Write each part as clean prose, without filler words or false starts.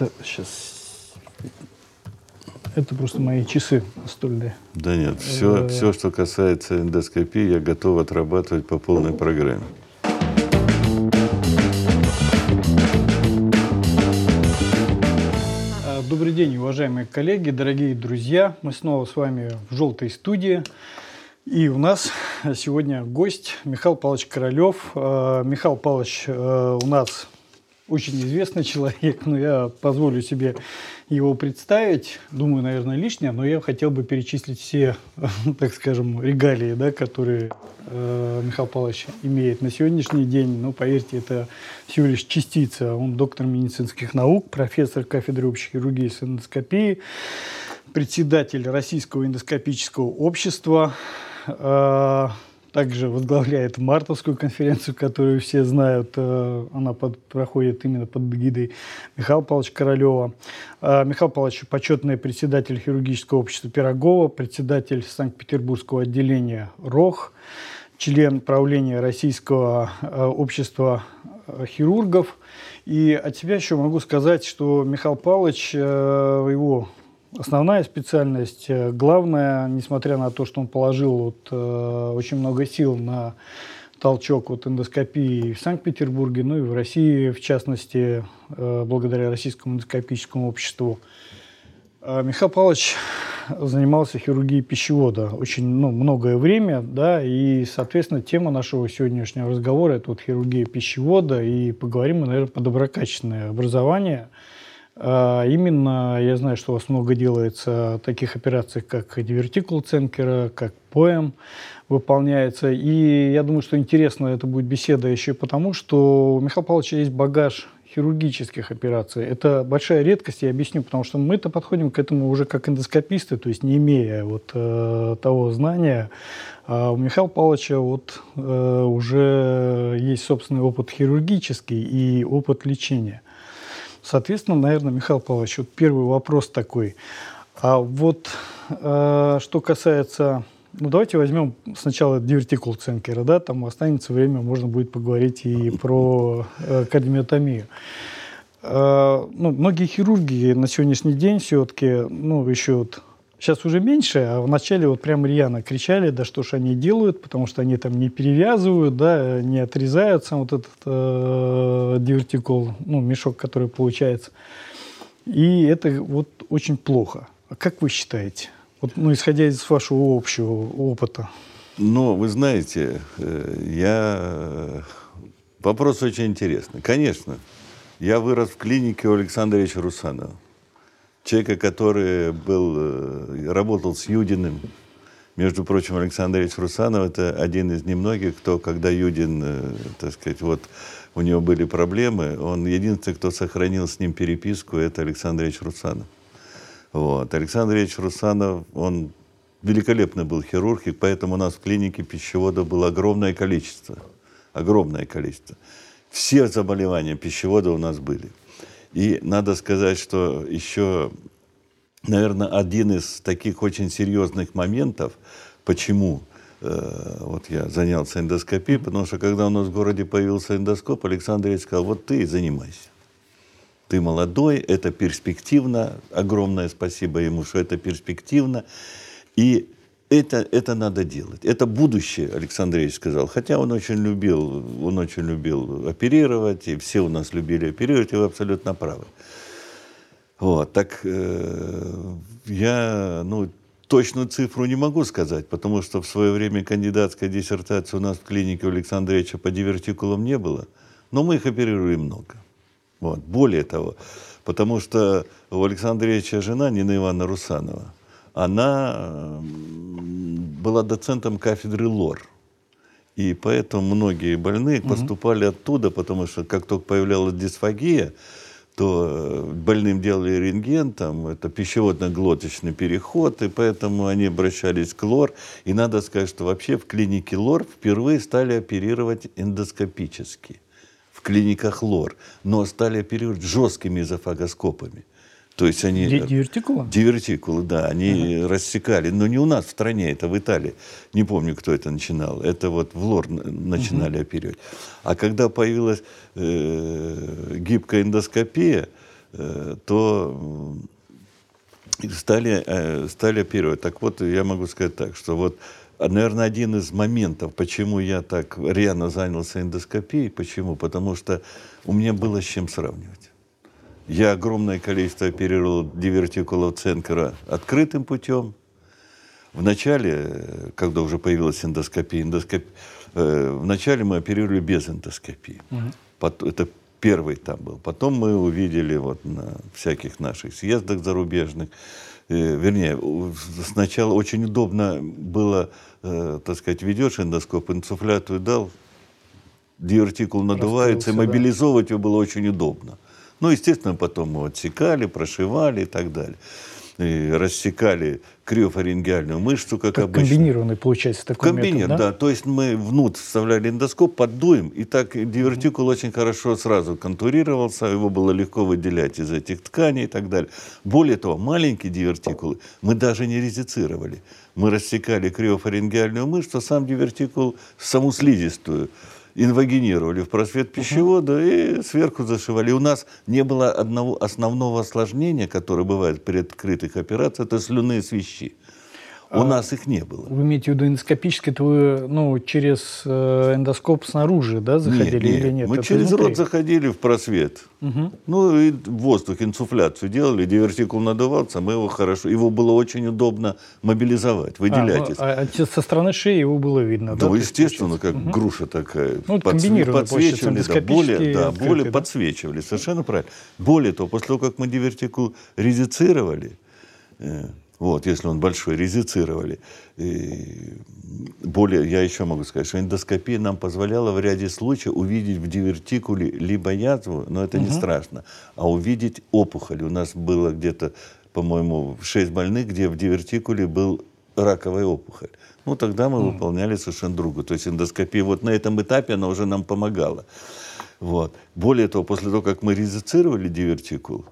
Это сейчас... Это просто мои часы настольные. Да нет, все, что касается эндоскопии, я готов отрабатывать по полной программе. Добрый день, уважаемые коллеги, дорогие друзья. Мы снова с вами в «Желтой студии». И у нас сегодня гость Михаил Павлович Королев. Михаил Павлович у нас очень известный человек, но я позволю себе его представить. Думаю, наверное, лишнее, но я хотел бы перечислить все, так скажем, регалии, да, которые Михаил Павлович имеет на сегодняшний день. Но, поверьте, это всего лишь частица. Он доктор медицинских наук, профессор кафедры общей хирургии и эндоскопии, председатель Российского эндоскопического общества, также возглавляет Мартовскую конференцию, которую все знают. Она проходит именно под эгидой Михаила Павловича Королева. Михаил Павлович – почетный председатель хирургического общества Пирогова, председатель Санкт-Петербургского отделения РОХ, член правления Российского общества хирургов. И от себя еще могу сказать, что Михаил Павлович, его основная специальность, главное, несмотря на то, что он положил очень много сил на толчок эндоскопии в Санкт-Петербурге, ну и в России, в частности, благодаря Российскому эндоскопическому обществу, Михаил Павлович занимался хирургией пищевода очень многое время, да, и, соответственно, тема нашего сегодняшнего разговора – это хирургия пищевода, и поговорим мы, наверное, про доброкачественное образование. Именно, я знаю, что у вас много делается таких операций, как дивертикул Ценкера, как ПОЭМ выполняется. И я думаю, что интересно это будет беседа еще потому, что у Михаила Павловича есть багаж хирургических операций. Это большая редкость, я объясню, потому что мы-то подходим к этому уже как эндоскописты, то есть не имея того знания. А у Михаила Павловича уже есть собственный опыт хирургический и опыт лечения. Соответственно, наверное, Михаил Павлович, первый вопрос такой. Что касается... давайте возьмем сначала дивертикул Ценкера, да, там останется время, можно будет поговорить и про кардиомиотомию. Многие хирурги на сегодняшний день все-таки, еще сейчас уже меньше, а вначале прям рьяно кричали, да что ж они делают, потому что они там не перевязывают, да, не отрезают сам этот дивертикул, мешок, который получается. И это очень плохо. А как вы считаете? Исходя из вашего общего опыта. Вы знаете, вопрос очень интересный. Конечно, я вырос в клинике у Александра Ильича Русанова. Человека, который работал с Юдиным. Между прочим, Александр Ильич Русанов – это один из немногих, кто, когда Юдин, у него были проблемы, он единственный, кто сохранил с ним переписку, это Александр Ильич Русанов. Александр Ильич Русанов, он великолепный был хирург, и поэтому у нас в клинике пищевода было огромное количество. Огромное количество. Все заболевания пищевода у нас были. И надо сказать, что еще, наверное, один из таких очень серьезных моментов, почему я занялся эндоскопией, потому что когда у нас в городе появился эндоскоп, Александр Ильич сказал, ты занимайся. Ты молодой, это перспективно, огромное спасибо ему, что это перспективно, и это надо делать. Это будущее, Александр Ильич сказал. Хотя он очень любил оперировать, и все у нас любили оперировать, и вы абсолютно правы. Я точную цифру не могу сказать, потому что в свое время кандидатской диссертации у нас в клинике у Александра Ильича по дивертикулам не было, но мы их оперируем много. Более того, потому что у Александра Ильича жена Нина Ивановна Русанова, она была доцентом кафедры ЛОР. И поэтому многие больные поступали оттуда, потому что как только появлялась дисфагия, то больным делали рентген, это пищеводно-глоточный переход, и поэтому они обращались к ЛОР. И надо сказать, что вообще в клинике ЛОР впервые стали оперировать эндоскопически. В клиниках ЛОР, но стали оперировать жесткими эзофагоскопами. То есть они... Дивертикулы? Дивертикулы, да. Они рассекали. Но не у нас в стране, это в Италии. Не помню, кто это начинал. Это вот в ЛОР начинали оперировать. А когда появилась гибкая эндоскопия, то стали оперировать. Так вот, я могу сказать так, что вот, наверное, один из моментов, почему я так рьяно занялся эндоскопией, почему? Потому что у меня было с чем сравнивать. Я огромное количество оперировал дивертикулов Ценкера открытым путем. Вначале, когда уже появилась эндоскопия, вначале мы оперировали без эндоскопии. Это первый там был. Потом мы увидели вот на всяких наших съездах зарубежных, вернее, сначала очень удобно было, так сказать, ведешь эндоскоп, инсуфляцию дал, дивертикул надувается, и мобилизовывать его было очень удобно. Ну, естественно, потом мы отсекали, прошивали и так далее. И рассекали криофарингеальную мышцу, как обычно. Комбинированный, получается, такой метод, да? Да. То есть мы внутрь вставляли эндоскоп, поддуем, и так дивертикул очень хорошо сразу контурировался, его было легко выделять из этих тканей и так далее. Более того, маленькие дивертикулы мы даже не резицировали. Мы рассекали криофарингеальную мышцу, а сам дивертикул, саму слизистую, инвагинировали в просвет пищевода и сверху зашивали. И у нас не было одного основного осложнения, которое бывает при открытых операциях, это слюнные свищи. У нас их не было. Вы имеете в виду эндоскопическое, это вы через эндоскоп снаружи, да, заходили или нет? Мы Это через внутри? рот заходили в просвет. Ну и воздух, инсуфляцию делали, дивертикул надувался, мы его хорошо, его было очень удобно мобилизовать, выделять. Со стороны шеи его было видно, да? Да, естественно, как груша такая. Ну, комбинированно, подсвечивали, получается, более подсвечивали, совершенно правильно. Более того, после того, как мы дивертикул резицировали, вот, если он большой, резицировали. Я еще могу сказать, что эндоскопия нам позволяла в ряде случаев увидеть в дивертикуле либо язву, но это не страшно, а увидеть опухоль. У нас было где-то, по-моему, 6 больных, где в дивертикуле был раковая опухоль. Ну, тогда мы выполняли совершенно другую. То есть эндоскопия вот на этом этапе, она уже нам помогала. Вот. Более того, после того, как мы резицировали дивертикул,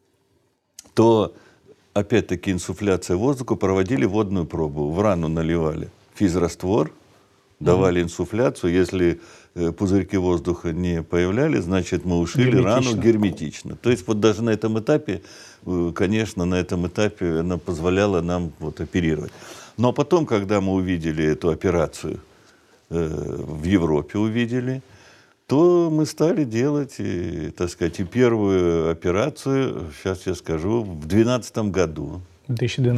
то опять-таки инсуфляция воздуха, проводили водную пробу, в рану наливали физраствор, давали инсуфляцию. Если пузырьки воздуха не появлялись, значит, мы ушили рану герметично. То есть вот даже на этом этапе, конечно, на этом этапе она позволяла нам вот оперировать. Но потом, когда мы увидели эту операцию, в Европе увидели, то мы стали делать, так сказать, и первую операцию, сейчас я скажу, в 2012 году. В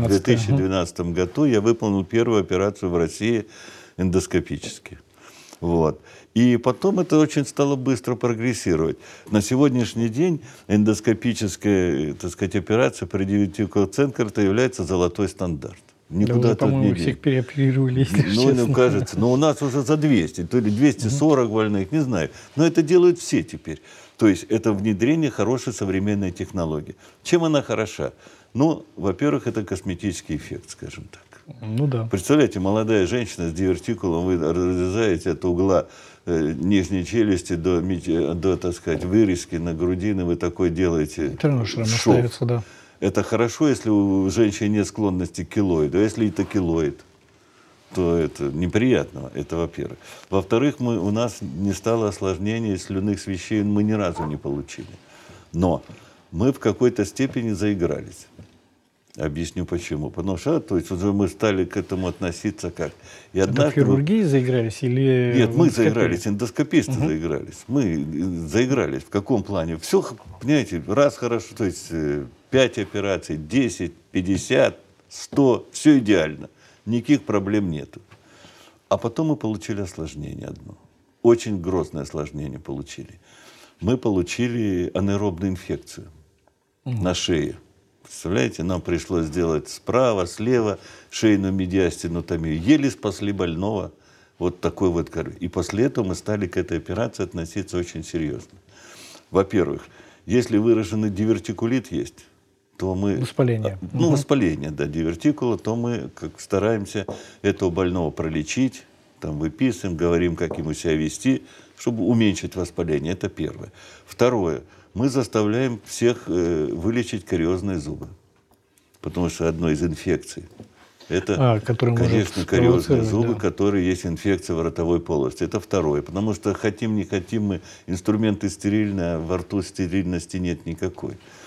2012 году я выполнил первую операцию в России эндоскопически. Вот. И потом это очень стало быстро прогрессировать. На сегодняшний день эндоскопическая, так сказать, операция при дивертикуле Ценкера является золотой стандарт. Никуда да, по-моему, всех переоперировали, если честно. Ну, кажется. Но у нас уже за 200, то ли 240 больных, не знаю. Но это делают все теперь. То есть это внедрение хорошей современной технологии. Чем она хороша? Ну, во-первых, это косметический эффект, скажем так. Ну да. Представляете, молодая женщина с дивертикулом, вы разрезаете от угла нижней челюсти до, так сказать, вырезки на грудины, вы такой делаете шов. Остается, да. Это хорошо, если у женщины нет склонности к килоиду. А если это килоид, то это неприятно, это во-первых. Во-вторых, у нас не стало осложнений слюнных свищей, мы ни разу не получили. Но мы в какой-то степени заигрались. Объясню почему. Потому что, то есть, уже мы стали к этому относиться как. И однажды в хирургии заигрались или... Нет, мы заигрались, эндоскописты заигрались. Мы заигрались. В каком плане? Все, понимаете, раз хорошо, то есть 5 операций, 10, 50, 100, все идеально. Никаких проблем нету. А потом мы получили осложнение одно. Очень грозное осложнение получили. Мы получили анаэробную инфекцию на шее. Представляете, нам пришлось сделать справа, слева шейную медиастенотомию. Еле спасли больного вот такой вот коры. И после этого мы стали к этой операции относиться очень серьезно. Во-первых, если выраженный дивертикулит есть, то мы... Воспаление. Воспаление, да, дивертикула, то мы стараемся этого больного пролечить, там выписываем, говорим, как ему себя вести, чтобы уменьшить воспаление. Это первое. Второе. Мы заставляем всех вылечить кариозные зубы. Потому что одной из инфекций это, конечно, кариозные зубы, которые есть инфекция в ротовой полости. Это второе. Потому что хотим, не хотим мы, инструменты стерильные, а во рту стерильности нет никакой.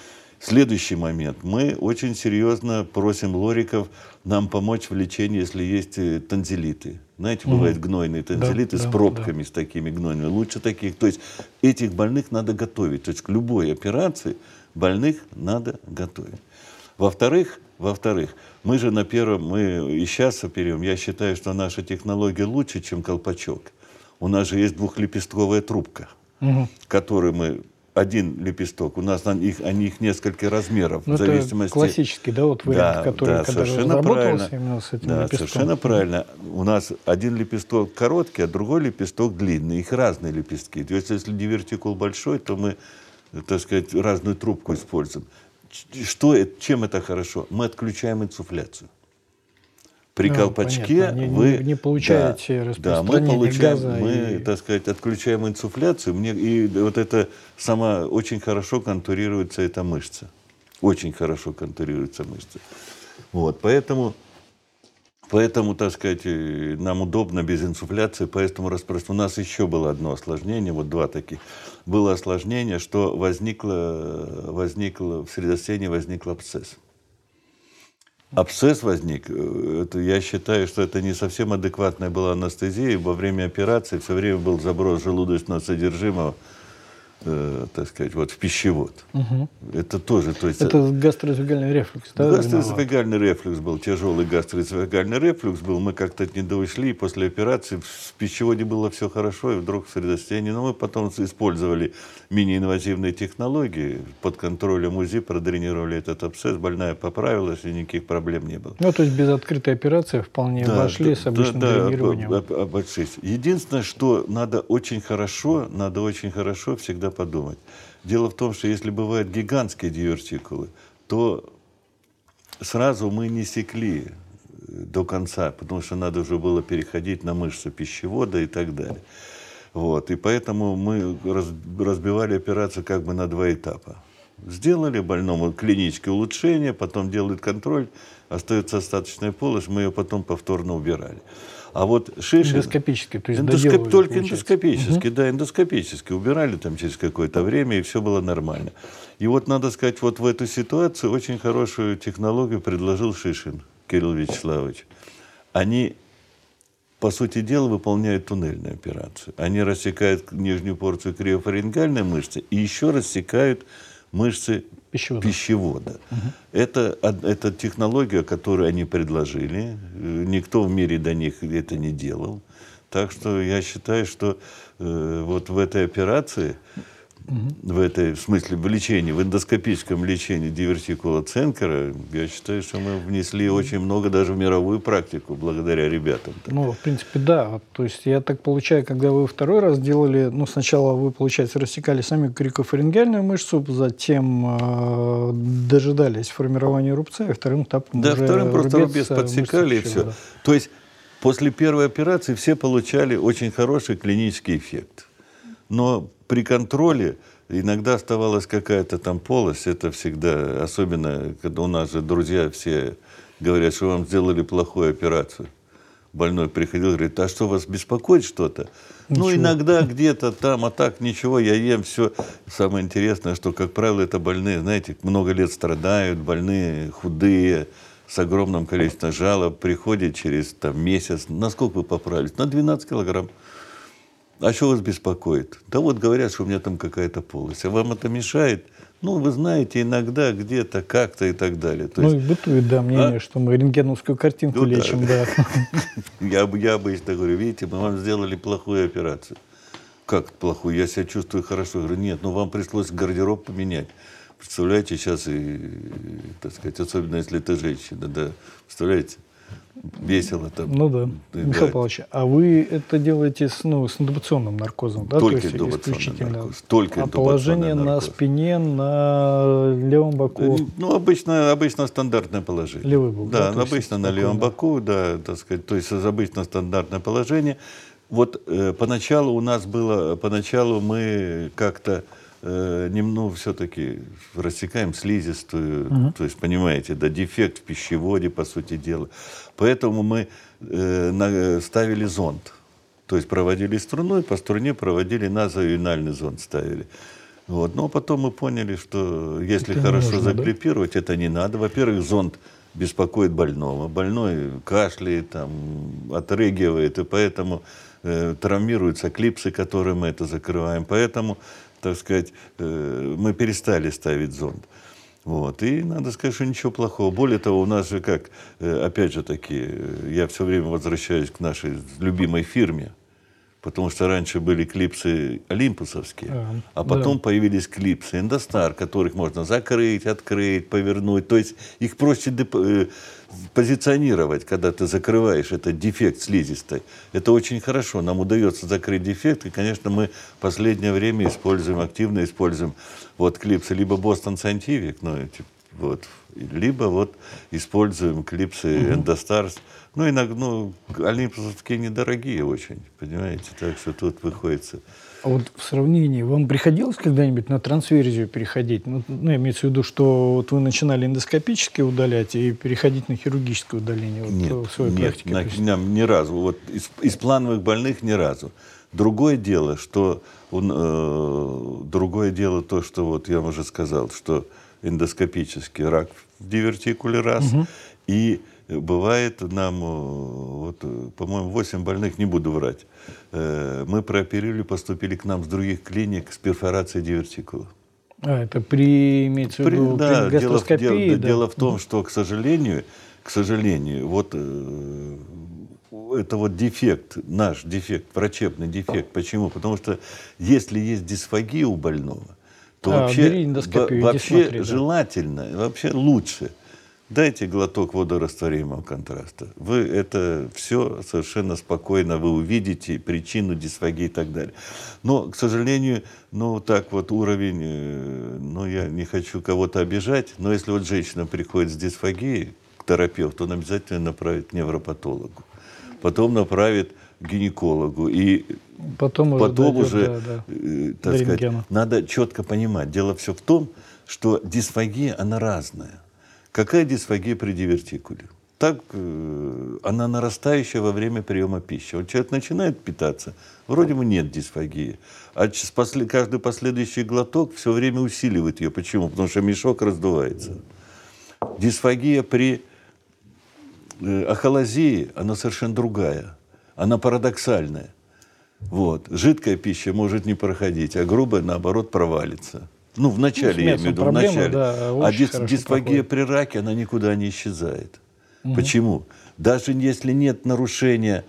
Следующий момент. Мы очень серьезно просим лориков нам помочь в лечении, если есть танзелиты. Знаете, бывают гнойные танзелиты с пробками, с такими гнойными. Лучше таких. То есть этих больных надо готовить. То есть к любой операции больных надо готовить. Во-вторых, мы же на первом, мы и сейчас оперируем, я считаю, что наша технология лучше, чем колпачок. У нас же есть двухлепестковая трубка, которую мы... Один лепесток. У нас они их несколько размеров. Ну, в зависимости... это классический, да, вот вариант, который когда разработался именно с этим лепестком. Совершенно правильно. У нас один лепесток короткий, а другой лепесток длинный. Их разные лепестки. То есть, если дивертикул большой, то мы, так сказать, разную трубку используем. Чем это хорошо? Мы отключаем инсуфляцию. При колпачке вы не получаете распространение газа. Мы, так сказать, отключаем инсуфляцию. И вот это очень хорошо контурируется эта мышца. Очень хорошо контурируется мышца. Вот, поэтому, так сказать, нам удобно без инсуфляции, поэтому у нас еще было одно осложнение, вот два таких. Было осложнение, что в средостении возник абсцесс. Абсцесс возник, я считаю, что это не совсем адекватная была анестезия. Во время операции все время был заброс желудочного содержимого, так сказать, вот в пищевод. Это тоже, то есть... Это гастроэзофагальный рефлюкс, да? Гастроэзофагальный рефлюкс был, тяжелый гастроэзофагальный рефлюкс был. Мы как-то не доушли, после операции в пищеводе было все хорошо, и вдруг в средостении. Но мы потом использовали мини-инвазивные технологии, под контролем УЗИ продренировали этот абсцесс, больная поправилась, и никаких проблем не было. Ну, то есть без открытой операции вполне обошли с обычным дренированием. Обошлись. Единственное, что надо очень хорошо всегда подумать. Дело в том, что если бывают гигантские дивертикулы, то сразу мы не секли до конца, потому что надо уже было переходить на мышцы пищевода и так далее. Вот. И поэтому мы разбивали операцию как бы на два этапа. Сделали больному клиническое улучшение, потом делают контроль, остается остаточная полость, мы ее потом повторно убирали. А вот Шишин... Эндоскопически, то есть только эндоскопически, да, эндоскопически. Убирали там через какое-то время, и все было нормально. И вот, надо сказать, вот в эту ситуацию очень хорошую технологию предложил Шишин Кирилл Вячеславович. Они, по сути дела, выполняют туннельную операцию. Они рассекают нижнюю порцию криофарингальной мышцы и еще рассекают мышцы пищевода. Это технология, которую они предложили. Никто в мире до них это не делал. Так что я считаю, что вот в этой операции, в смысле в лечении, в эндоскопическом лечении дивертикула Ценкера, я считаю, что мы внесли очень много даже в мировую практику благодаря ребятам. Ну, в принципе, да. То есть я так получаю, когда вы второй раз делали, ну, сначала вы, получается, рассекали сами крикофарингеальную мышцу, затем дожидались формирования рубца, и вторым этапом да, уже вторым просто рубец подсекали, и все. То есть после первой операции все получали очень хороший клинический эффект. Но при контроле иногда оставалась какая-то там полость. Это всегда, особенно, когда у нас же друзья все говорят, что вам сделали плохую операцию. Больной приходил и говорит, а что, вас беспокоит что-то? Ничего. Ну, иногда где-то там, а так ничего, я ем все. Самое интересное, что, как правило, это больные, знаете, много лет страдают, больные, худые, с огромным количеством жалоб, приходят через там, месяц. Насколько вы поправились? На 12 килограмм. А что вас беспокоит? Да вот говорят, что у меня там какая-то полость. А вам это мешает? Ну, вы знаете, иногда, где-то, как-то и так далее. То есть, и бытует, да, мнение, что мы рентгеновскую картинку лечим, да. Я обычно говорю, видите, мы вам сделали плохую операцию. Как плохую? Я себя чувствую хорошо. Я говорю, нет, вам пришлось гардероб поменять. Представляете, сейчас, так сказать, особенно если это женщина, да, представляете? Весело там. Ну да. Михаил Павлович, а вы это делаете с интубационным наркозом, да? Только интубационный наркоз. Только а положение на спине, на левом боку? Ну, обычно стандартное положение. Левый бок, да? Да, обычно на левом боку, да, так сказать, то есть обычно стандартное положение. Вот поначалу у нас было, мы как-то все-таки рассекаем слизистую, то есть, понимаете, да, дефект в пищеводе, по сути дела. Поэтому мы ставили зонд, то есть проводили струной, по струне проводили назоюнальный зонд ставили. Вот. Но потом мы поняли, что если Это не хорошо нужно, да? заклипировать, это не надо. Во-первых, зонд беспокоит больного. Больной кашляет, там, отрыгивает, и поэтому травмируются клипсы, которые мы это закрываем. Поэтому, так сказать, мы перестали ставить зонд. Вот. И надо сказать, что ничего плохого. Более того, у нас же как, опять же таки, я все время возвращаюсь к нашей любимой фирме, потому что раньше были клипсы олимпусовские, а потом Да. появились клипсы Индостар, которых можно закрыть, открыть, повернуть. То есть их проще позиционировать, когда ты закрываешь этот дефект слизистой. Это очень хорошо. Нам удается закрыть дефект. И, конечно, мы в последнее время активно используем вот клипсы либо Boston Scientific, ну, вот, либо вот используем клипсы Endostars. Ну, иногда, олимпусовские недорогие очень, понимаете, так что тут выходит. А вот в сравнении, вам приходилось когда-нибудь на трансверзию переходить? Ну, имеется в виду, что вот вы начинали эндоскопически удалять и переходить на хирургическое удаление вот, в своей практике? То есть... ни разу. Вот из плановых больных ни разу. Другое дело, что то, что вот я уже сказал, что эндоскопический рак в дивертикуле раз, и бывает нам, вот, по-моему, 8 больных, не буду врать, мы прооперировали, поступили к нам с других клиник с перфорацией дивертикула. это имеется в виду Да, при гастроскопии? дело в том, что, к сожалению, вот это вот дефект, наш дефект, врачебный дефект. Почему? Потому что если есть дисфагия у больного, то вообще желательно, вообще лучше дайте глоток водорастворимого контраста. Вы это все совершенно спокойно, вы увидите причину дисфагии и так далее. Но, к сожалению, так вот уровень, я не хочу кого-то обижать, но если вот женщина приходит с дисфагией к терапевту, он обязательно направит к невропатологу. Потом направит к гинекологу. И потом уже так сказать, надо четко понимать. Дело все в том, что дисфагия, она разная. Какая дисфагия при дивертикуле? Так, она нарастающая во время приема пищи. Вот человек начинает питаться, вроде бы нет дисфагии. А каждый последующий глоток все время усиливает ее. Почему? Потому что мешок раздувается. Дисфагия при ахалазии, она совершенно другая. Она парадоксальная. Вот. Жидкая пища может не проходить, а грубая, наоборот, провалится. В начале, я имею в виду, в начале. Да, дисфагия при раке, она никуда не исчезает. Почему? Даже если нет нарушения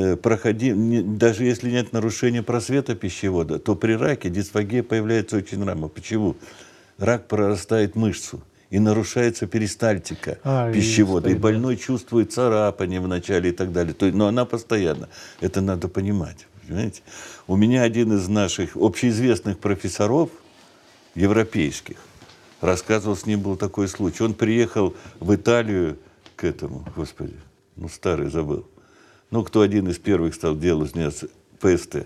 даже если нет нарушения просвета пищевода, то при раке дисфагия появляется очень рано. Почему? Рак прорастает мышцу, и нарушается перистальтика пищевода, и больной чувствует царапание в начале и так далее. Но она постоянно. Это надо понимать. Понимаете? У меня один из наших общеизвестных профессоров, европейских, рассказывал, с ним был такой случай. Он приехал в Италию к этому, господи, старый забыл. Кто один из первых стал делать ПСТ?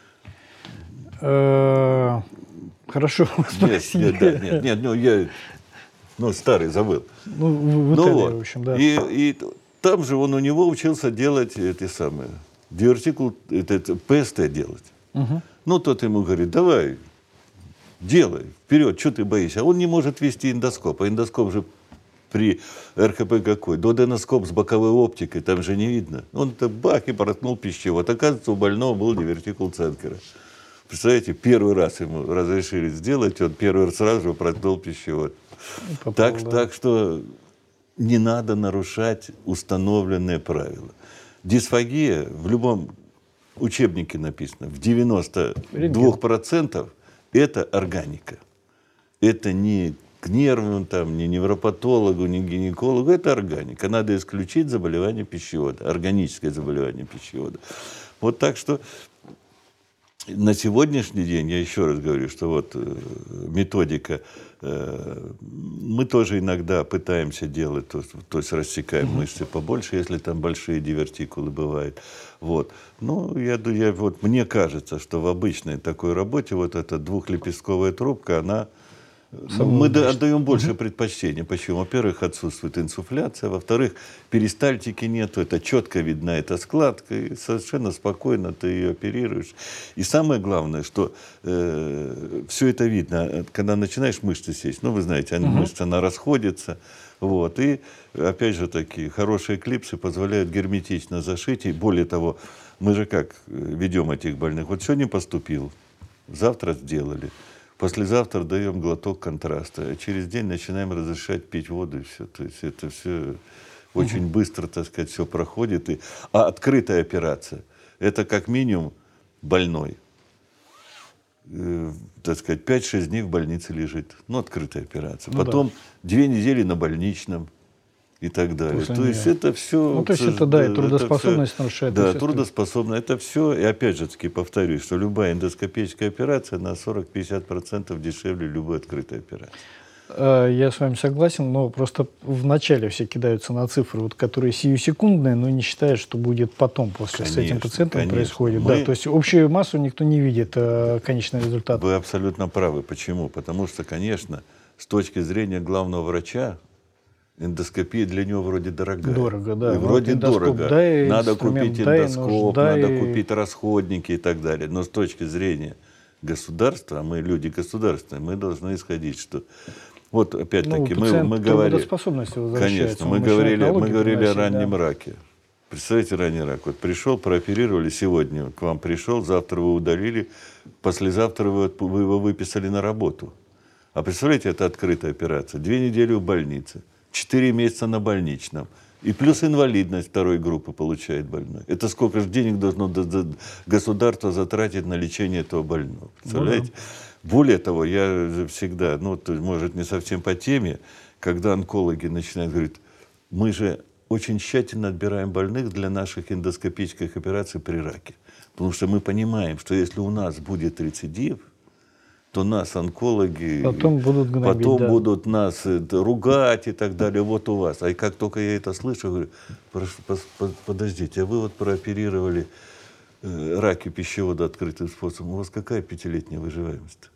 Хорошо, спросили. Нет, я старый забыл. В Италии, в общем, да. И там же у него учился делать дивертикул, ПСТ делать. Тот ему говорит, давай, делай, вперед, что ты боишься? А он не может вести эндоскоп. А эндоскоп же при РХП какой? Доденоскоп с боковой оптикой, там же не видно. Он бах и проткнул пищевод. Оказывается, у больного был дивертикул Ценкера. Представляете, первый раз ему разрешили сделать, он первый раз сразу же проткнул пищевод. Так что не надо нарушать установленные правила. Дисфагия в любом учебнике написано, в 92% это органика. Это не к нервным, не невропатологу, не гинекологу, это органика. Надо исключить заболевание пищевода, органическое заболевание пищевода. Вот так что на сегодняшний день, я еще раз говорю, что вот методика, мы тоже иногда пытаемся делать, то есть рассекаем мышцы побольше, если там большие дивертикулы бывают. Вот. Мне кажется, что в обычной такой работе вот эта двухлепестковая трубка, она Мы отдаем больше предпочтения. Почему? Во-первых, отсутствует инсуфляция. Во-вторых, перистальтики нету. Это четко видна эта складка. И совершенно спокойно ты ее оперируешь. И самое главное, что все это видно, когда начинаешь мышцы сесть. Ну, вы знаете, мышца, она расходится. Вот. И, опять же, такие хорошие клипсы позволяют герметично зашить. И более того, мы же как ведем этих больных? Вот сегодня поступил, завтра сделали. Послезавтра даем глоток контраста, а через день начинаем разрешать пить воду, и все. То есть это все очень быстро, так сказать, все проходит. А открытая операция – это как минимум больной. Так сказать, 5-6 дней в больнице лежит. Ну, открытая операция. Потом 2 недели на больничном и так далее. То есть это все... Ну, то есть это, да, и трудоспособность нарушает. Да, трудоспособность. Это все, и опять же таки повторюсь, что любая эндоскопическая операция на 40-50% дешевле любой открытой операции. Я с вами согласен, но просто вначале все кидаются на цифры, вот, которые сиюсекундные, но не считают, что будет потом, после с этим пациентом происходит. Да, то есть общую массу никто не видит, конечный результат. Вы абсолютно правы. Почему? Потому что, конечно, с точки зрения главного врача, эндоскопия для него вроде дорогая. Дорого, да. И вроде дорого. Дай, надо купить эндоскоп, дай... надо купить расходники и так далее. Но с точки зрения государства, а мы люди государственные, мы должны исходить, что... Вот опять-таки мы говорили... Конечно, мы говорили о раннем раке. Представляете, ранний рак. Вот пришел, прооперировали, сегодня к вам пришел, завтра вы удалили, послезавтра вы его выписали на работу. А представляете, это открытая операция. 2 недели в больнице. 4 месяца на больничном. И плюс инвалидность 2-й группы получает больной. Это сколько же денег должно государство затратить на лечение этого больного. Представляете? Более того, я всегда, может, не совсем по теме, когда онкологи начинают говорить, мы же очень тщательно отбираем больных для наших эндоскопических операций при раке. Потому что мы понимаем, что если у нас будет рецидив, то нас онкологи потом будут гнобить, будут нас ругать и так далее. Вот у вас. А как только я это слышу, говорю, подождите, а вы вот прооперировали раки пищевода открытым способом. У вас какая 5-летняя выживаемость?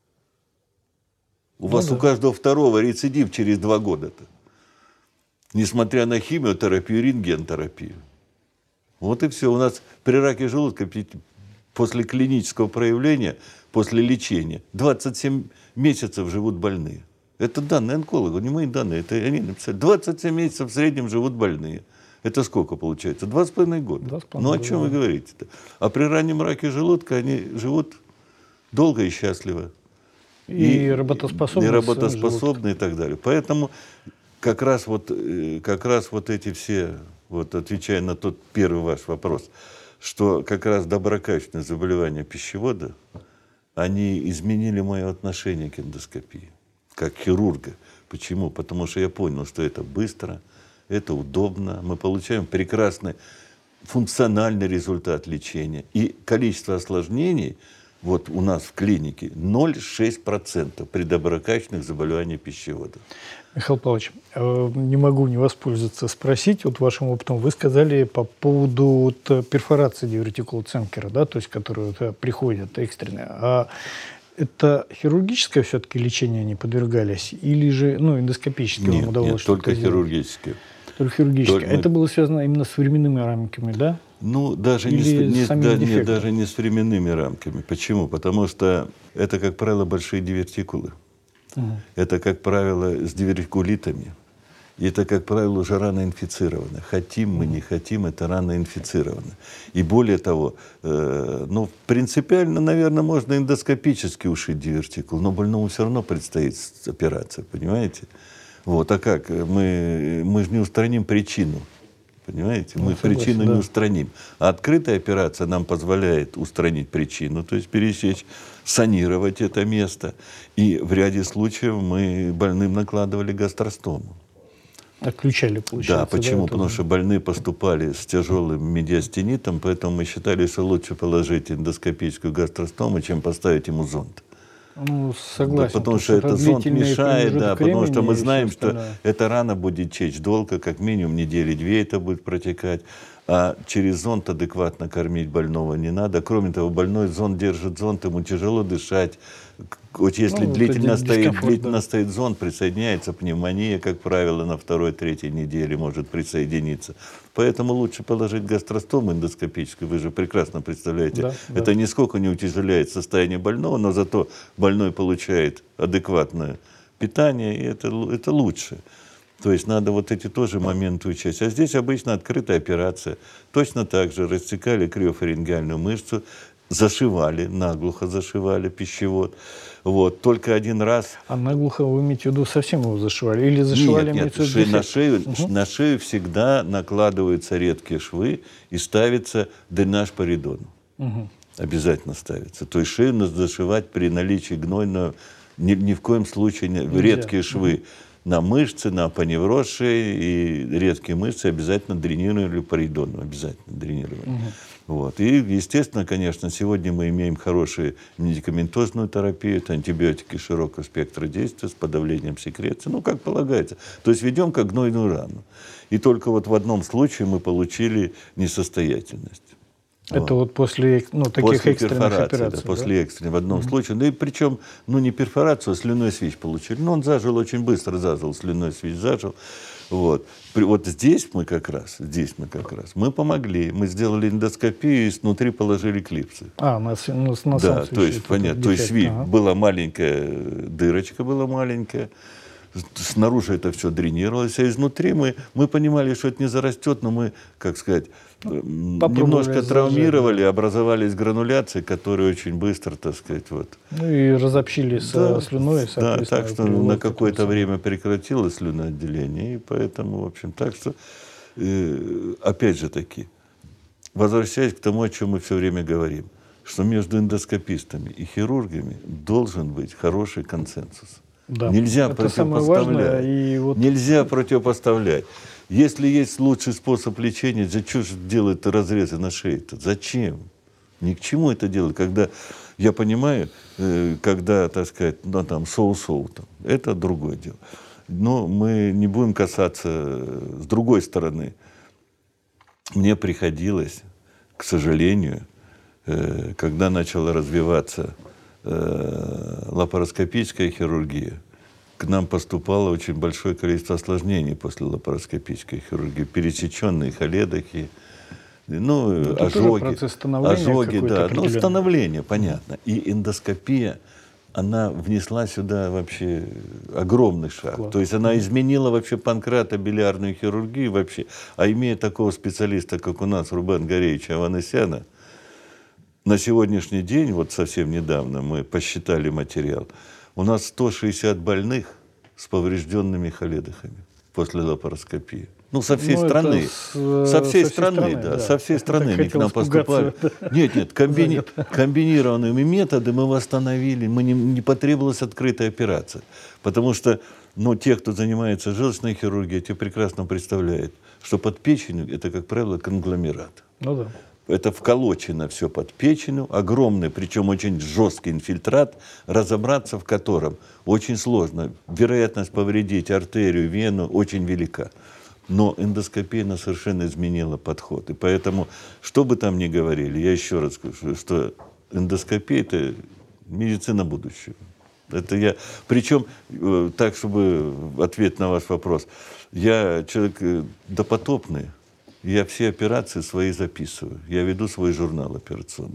У вас у каждого второго рецидив через 2 года-то. Несмотря на химиотерапию, рентгентерапию. Вот и все. У нас при раке желудка после клинического проявления, после лечения, 27 месяцев живут больные. Это данные онкологов, не мои данные, это они написали. 27 месяцев в среднем живут больные. Это сколько получается? 2,5 года. Ну о чем вы говорите-то? А при раннем раке желудка они живут долго и счастливо. И работоспособны. И работоспособны и так далее. Поэтому как раз вот эти все, вот отвечая на тот первый ваш вопрос, что как раз доброкачественные заболевания пищевода, они изменили мое отношение к эндоскопии, как хирурга. Почему? Потому что я понял, что это быстро, это удобно, мы получаем прекрасный функциональный результат лечения. И количество осложнений вот у нас в клинике 0,6% при доброкачественных заболеваниях пищевода. Михаил Павлович, не могу не воспользоваться спросить, вот вашим опытом, вы сказали по поводу перфорации дивертикула Ценкера, да, то есть, которые приходят экстренные. А это хирургическое все-таки лечение они подвергались или же эндоскопическое вам удалось? Нет, только хирургическое. Только хирургическое. Это было связано именно с временными рамками, да? Даже не с временными рамками. Почему? Потому что это, как правило, большие дивертикулы. Это, как правило, с дивертикулитами. И это, как правило, уже рано инфицировано. Хотим мы, не хотим, это рано инфицировано. И более того, принципиально, наверное, можно эндоскопически ушить дивертикул, но больному все равно предстоит операция, понимаете? Вот, а как? Мы же не устраним причину. Понимаете? Мы причину не устраним. А открытая операция нам позволяет устранить причину, то есть пересечь, санировать это место. И в ряде случаев мы больным накладывали гастростому. Отключали, получается. Да, почему? Потому что больные поступали с тяжелым медиастенитом, поэтому мы считали, что лучше положить эндоскопическую гастростому, чем поставить ему зонд. Согласен. Да, потому что это зонд мешает, потому что мы знаем, что эта рана будет течь долго, как минимум недели 2 это будет протекать. А через зонд адекватно кормить больного не надо. Кроме того, больной зонд держит зонд, ему тяжело дышать. Вот если Ну, это длительно дискомфорт, да. стоит зонд, присоединяется пневмония, как правило, на второй-третьей неделе может присоединиться. Поэтому лучше положить гастростому эндоскопическую. Вы же прекрасно представляете, Да, да. это нисколько не утяжеляет состояние больного, но зато больной получает адекватное питание, и это лучше. То есть надо вот эти тоже моменты учесть. А здесь обычно открытая операция. Точно так же рассекали криофарингеальную мышцу, зашивали, наглухо зашивали пищевод. Вот. Только один раз... А наглухо вы имеете в виду совсем его зашивали? Или зашивали Нет, имеется в виду на шею всегда накладываются редкие швы и ставится дренаж по ридону. Обязательно ставится. То есть шею надо зашивать при наличии гнойного, ни в коем случае редкие швы. На мышцы, на апоневроз шеи и редкие мышцы обязательно дренировали по ридону, обязательно дренировали. Вот. И, естественно, конечно, сегодня мы имеем хорошую медикаментозную терапию, это антибиотики широкого спектра действия с подавлением секреции, ну, как полагается. То есть ведем как гнойную рану. И только вот в одном случае мы получили несостоятельность. Это вот после таких после экстренных перфорации, операций, да, после экстренной в одном случае. Ну и причем, не перфорацию, а слюнной свищ получили. Но он зажил очень быстро, слюной свищ зажил. Вот. Вот здесь мы как раз, мы помогли, мы сделали эндоскопию и снутри положили клипсы. на сам Да, свищ, то есть, понятно, то есть была маленькая дырочка, была маленькая. Снаружи это все дренировалось, а изнутри мы понимали, что это не зарастет, но мы, как сказать, немножко травмировали, образовались грануляции, которые очень быстро, так сказать, вот. Ну и разобщили со слюной, да, так что на какое-то время прекратилось слюноотделение, и поэтому, в общем, так что, опять же таки, возвращаясь к тому, о чем мы все время говорим, что между эндоскопистами и хирургами должен быть хороший консенсус. Да. Нельзя это противопоставлять. И вот... Нельзя противопоставлять. Если есть лучший способ лечения, зачем же делают разрезы на шее-то? Зачем? Ни к чему это делать. Когда, я понимаю, когда, так сказать, соу-соу, это другое дело. Но мы не будем касаться с другой стороны. Мне приходилось, к сожалению, когда начала развиваться лапароскопическая хирургия, к нам поступало очень большое количество осложнений после лапароскопической хирургии. Пересеченные холедохи, ожоги, да, становление, понятно. И эндоскопия, она внесла сюда вообще огромный шаг. То есть она изменила вообще панкреатобилиарную хирургию вообще. А имея такого специалиста, как у нас, Рубен Гореевича Аванесяна, на сегодняшний день, вот совсем недавно мы посчитали материал, у нас 160 больных с поврежденными холедохами после лапароскопии. Со всей страны. Со всей страны они к нам поступали. Да. Нет, комбинированными методами мы восстановили, не потребовалась открытая операция. Потому что те, кто занимается желчной хирургией, те прекрасно представляют, что под печенью это, как правило, конгломерат. Да. Это вколочено все под печенью, огромный, причем очень жесткий инфильтрат, разобраться в котором очень сложно. Вероятность повредить артерию, вену очень велика. Но эндоскопия она совершенно изменила подход. И поэтому, что бы там ни говорили, я еще раз скажу, что эндоскопия – это медицина будущего. Причем, так, чтобы ответить на ваш вопрос, я человек допотопный. Я все операции свои записываю. Я веду свой журнал операционный.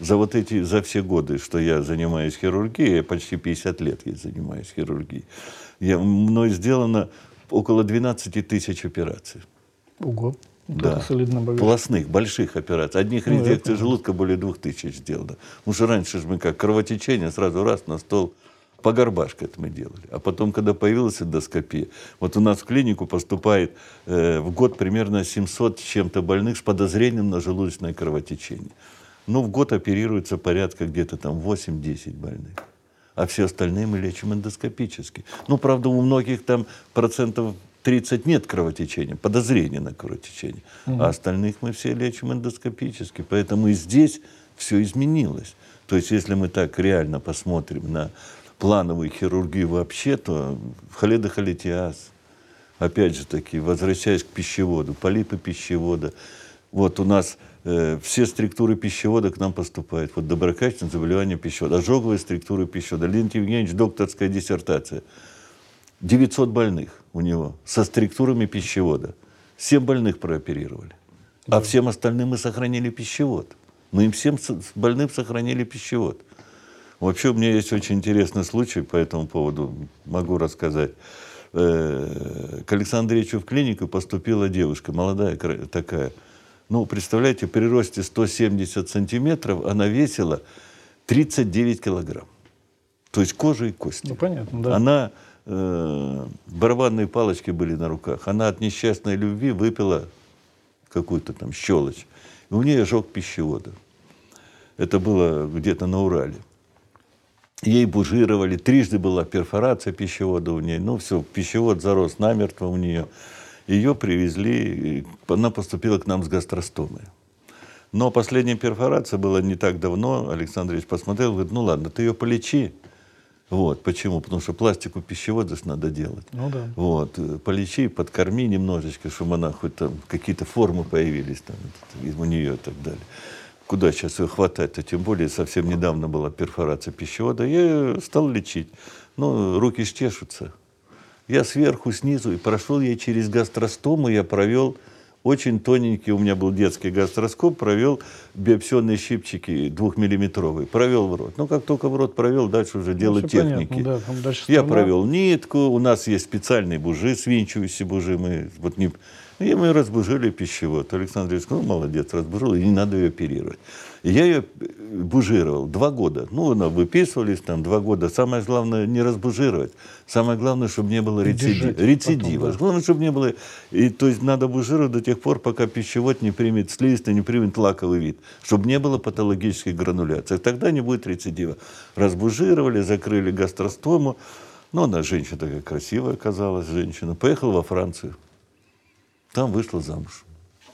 За все годы, что я занимаюсь хирургией, я почти 50 лет занимаюсь хирургией, мной сделано около 12 тысяч операций. Ого. Да. Полостных, больших операций. Одних резекций желудка более 2000 сделано. Потому что раньше же мы как кровотечение, сразу раз на стол. По горбашке это мы делали. А потом, когда появилась эндоскопия, вот у нас в клинику поступает в год примерно 700 с чем-то больных с подозрением на желудочное кровотечение. В год оперируется порядка где-то 8-10 больных. А все остальные мы лечим эндоскопически. Правда, у многих там процентов 30 нет кровотечения, подозрения на кровотечение. А остальных мы все лечим эндоскопически. Поэтому и здесь все изменилось. То есть, если мы так реально посмотрим на плановую хирургию вообще, то холедохолитиаз, опять же таки, возвращаясь к пищеводу, полипы пищевода, Вот у нас все структуры пищевода к нам поступают. Вот доброкачественное заболевание пищевода, ожоговые структуры пищевода. Леонид Евгеньевич, докторская диссертация. 900 больных у него со структурами пищевода. 7 больных прооперировали. А всем остальным мы сохранили пищевод. Мы им всем больным сохранили пищевод. Вообще у меня есть очень интересный случай по этому поводу, могу рассказать. К Александру Андреевичу в клинику поступила девушка, молодая такая. Ну, представляете, при росте 170 сантиметров она весила 39 килограмм. То есть кожа и кости. Ну, понятно, да. Она, барабанные палочки были на руках. Она от несчастной любви выпила какую-то там щелочь. И у нее ожог пищевода. Это было где-то на Урале. Ей бужировали, трижды была перфорация пищевода у нее. Ну, все, пищевод зарос намертво у нее. Ее привезли, она поступила к нам с гастростомой. Но последняя перфорация была не так давно. Александр Ильич посмотрел, говорит, ну ладно, ты ее полечи. Вот, почему? Потому что пластику пищевода надо делать. Ну да. Вот, полечи, подкорми немножечко, чтобы она хоть там какие-то формы появились там, у нее и так далее. Куда сейчас ее хватать-то? Тем более совсем недавно была перфорация пищевода. Я ее стал лечить. Ну, руки ж чешутся. Я сверху, снизу, и прошел ей через гастростому, я провел очень тоненький, у меня был детский гастроскоп, провел биопсионные щипчики 2-миллиметровые, провел в рот. Ну, как только в рот провел, дальше уже дело техники. Понятно, да, там дальше Я страна. провел нитку, у нас есть специальные бужи, свинчивающие бужи, и мы разбужили пищевод. Александр Ильич сказал, ну, молодец, разбужил, и не надо ее оперировать. И я ее бужировал 2 года. Ну, она выписывались там 2 года. Самое главное не разбужировать. Самое главное, чтобы не было рецидива. Потом, да. Главное, чтобы не было... И, то есть надо бужировать до тех пор, пока пищевод не примет слизистый, не примет лаковый вид. Чтобы не было патологических грануляций. Тогда не будет рецидива. Разбужировали, закрыли гастростому. Ну, она женщина такая красивая оказалась, женщина. Поехала во Францию. Там вышла замуж.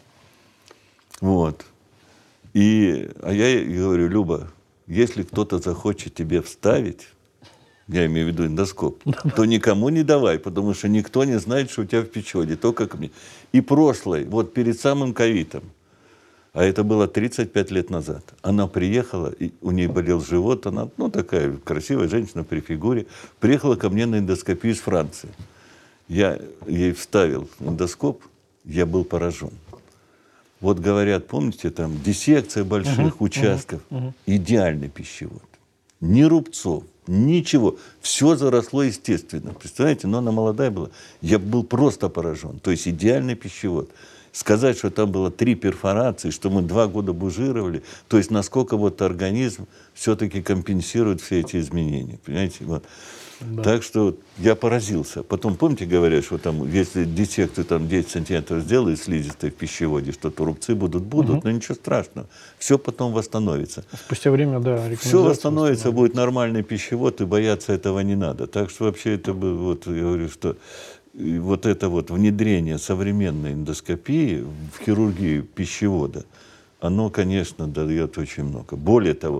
Вот. А я ей говорю, Люба, если кто-то захочет тебе вставить, я имею в виду эндоскоп, то никому не давай, потому что никто не знает, что у тебя в пищеводе, только ко мне. И прошлой, вот перед самым ковидом, а это было 35 лет назад, она приехала, и у нее болел живот, она, ну, такая красивая женщина при фигуре, приехала ко мне на эндоскопию из Франции. Я ей вставил эндоскоп, я был поражен. Вот говорят, помните, там диссекция больших участков, идеальный пищевод. Ни рубцов, ничего. Все заросло естественно. Представляете, но она молодая была. Я был просто поражен. То есть идеальный пищевод. Сказать, что там было 3 перфорации, что мы 2 года бужировали, то есть насколько вот организм все-таки компенсирует все эти изменения. Понимаете? Вот. Да. Так что я поразился. Потом, помните, говорят, что там, если диссекцию там 10 сантиметров сделают слизистой в пищеводе, что-то рубцы будут, но ничего страшного. Все потом восстановится. Спустя время, да, все восстановится, будет нормальный пищевод, и бояться этого не надо. Так что вообще это вот, я говорю, что вот это вот внедрение современной эндоскопии в хирургию пищевода, оно, конечно, дает очень много. Более того,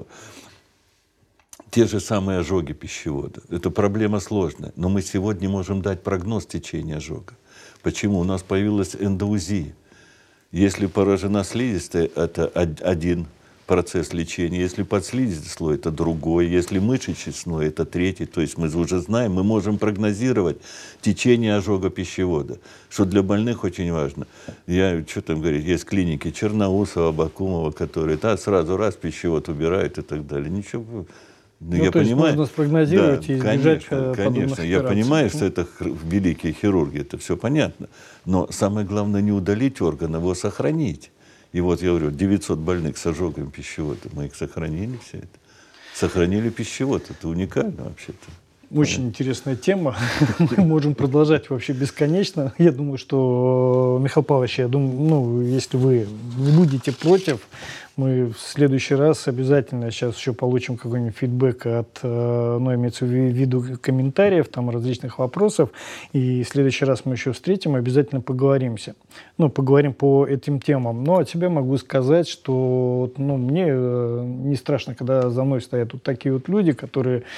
те же самые ожоги пищевода. Это проблема сложная. Но мы сегодня можем дать прогноз течения ожога. Почему? У нас появилась эндоузия. Если поражена слизистая, это один процесс лечения. Если подслизистый слой, это другой. Если мышечный слой, это третий. То есть мы уже знаем, мы можем прогнозировать течение ожога пищевода, что для больных очень важно. Что там говорить, есть клиники Черноусова, Бакумова, которые сразу раз пищевод убирают и так далее. Ничего. Я понимаю, можно спрогнозировать, да, и избежать конечно. Я понимаю, что это великие хирурги, это все понятно. Но самое главное не удалить орган, а его сохранить. И вот я говорю, 900 больных с ожогом пищевода, мы их сохранили все это. Сохранили пищевод, это уникально вообще-то. Очень интересная тема. Мы можем продолжать вообще бесконечно. Я думаю, что, Михаил Павлович, если вы не будете против, мы в следующий раз обязательно сейчас еще получим какой-нибудь фидбэк от, имеется в виду комментариев, там различных вопросов. И в следующий раз мы еще встретим, обязательно поговоримся. Поговорим по этим темам. Но от себя могу сказать, что мне не страшно, когда за мной стоят вот такие вот люди, которые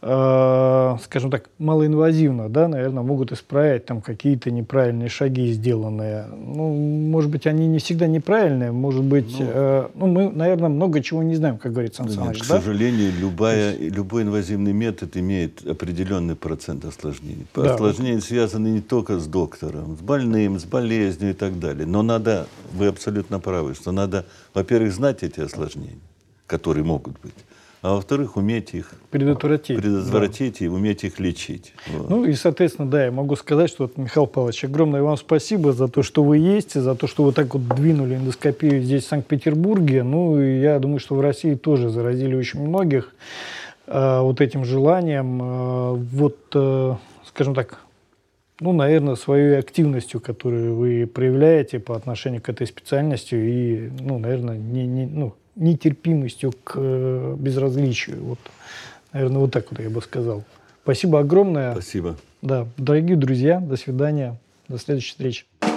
скажем так, малоинвазивно, да, наверное, могут исправить там какие-то неправильные шаги сделанные. Ну, может быть, они не всегда неправильные, может быть, мы, наверное, много чего не знаем, как говорит Сан Саныч, К да? сожалению, любой инвазивный метод имеет определенный процент осложнений. Да. Осложнения связаны не только с доктором, с больным, с болезнью и так далее. Но надо, вы абсолютно правы, что надо, во-первых, знать эти осложнения, которые могут быть, а во-вторых, уметь их предотвратить и уметь их лечить. Вот. Ну и, соответственно, да, я могу сказать, что, вот, Михаил Павлович, огромное вам спасибо за то, что вы есть, за то, что вы так вот двинули эндоскопию здесь, в Санкт-Петербурге. Ну и я думаю, что в России тоже заразили очень многих вот этим желанием, скажем так, ну, наверное, своей активностью, которую вы проявляете по отношению к этой специальности и, ну, наверное, нетерпимостью к безразличию. Вот, наверное, вот так вот я бы сказал. Спасибо огромное. Спасибо. Да, дорогие друзья, до свидания, до следующей встречи.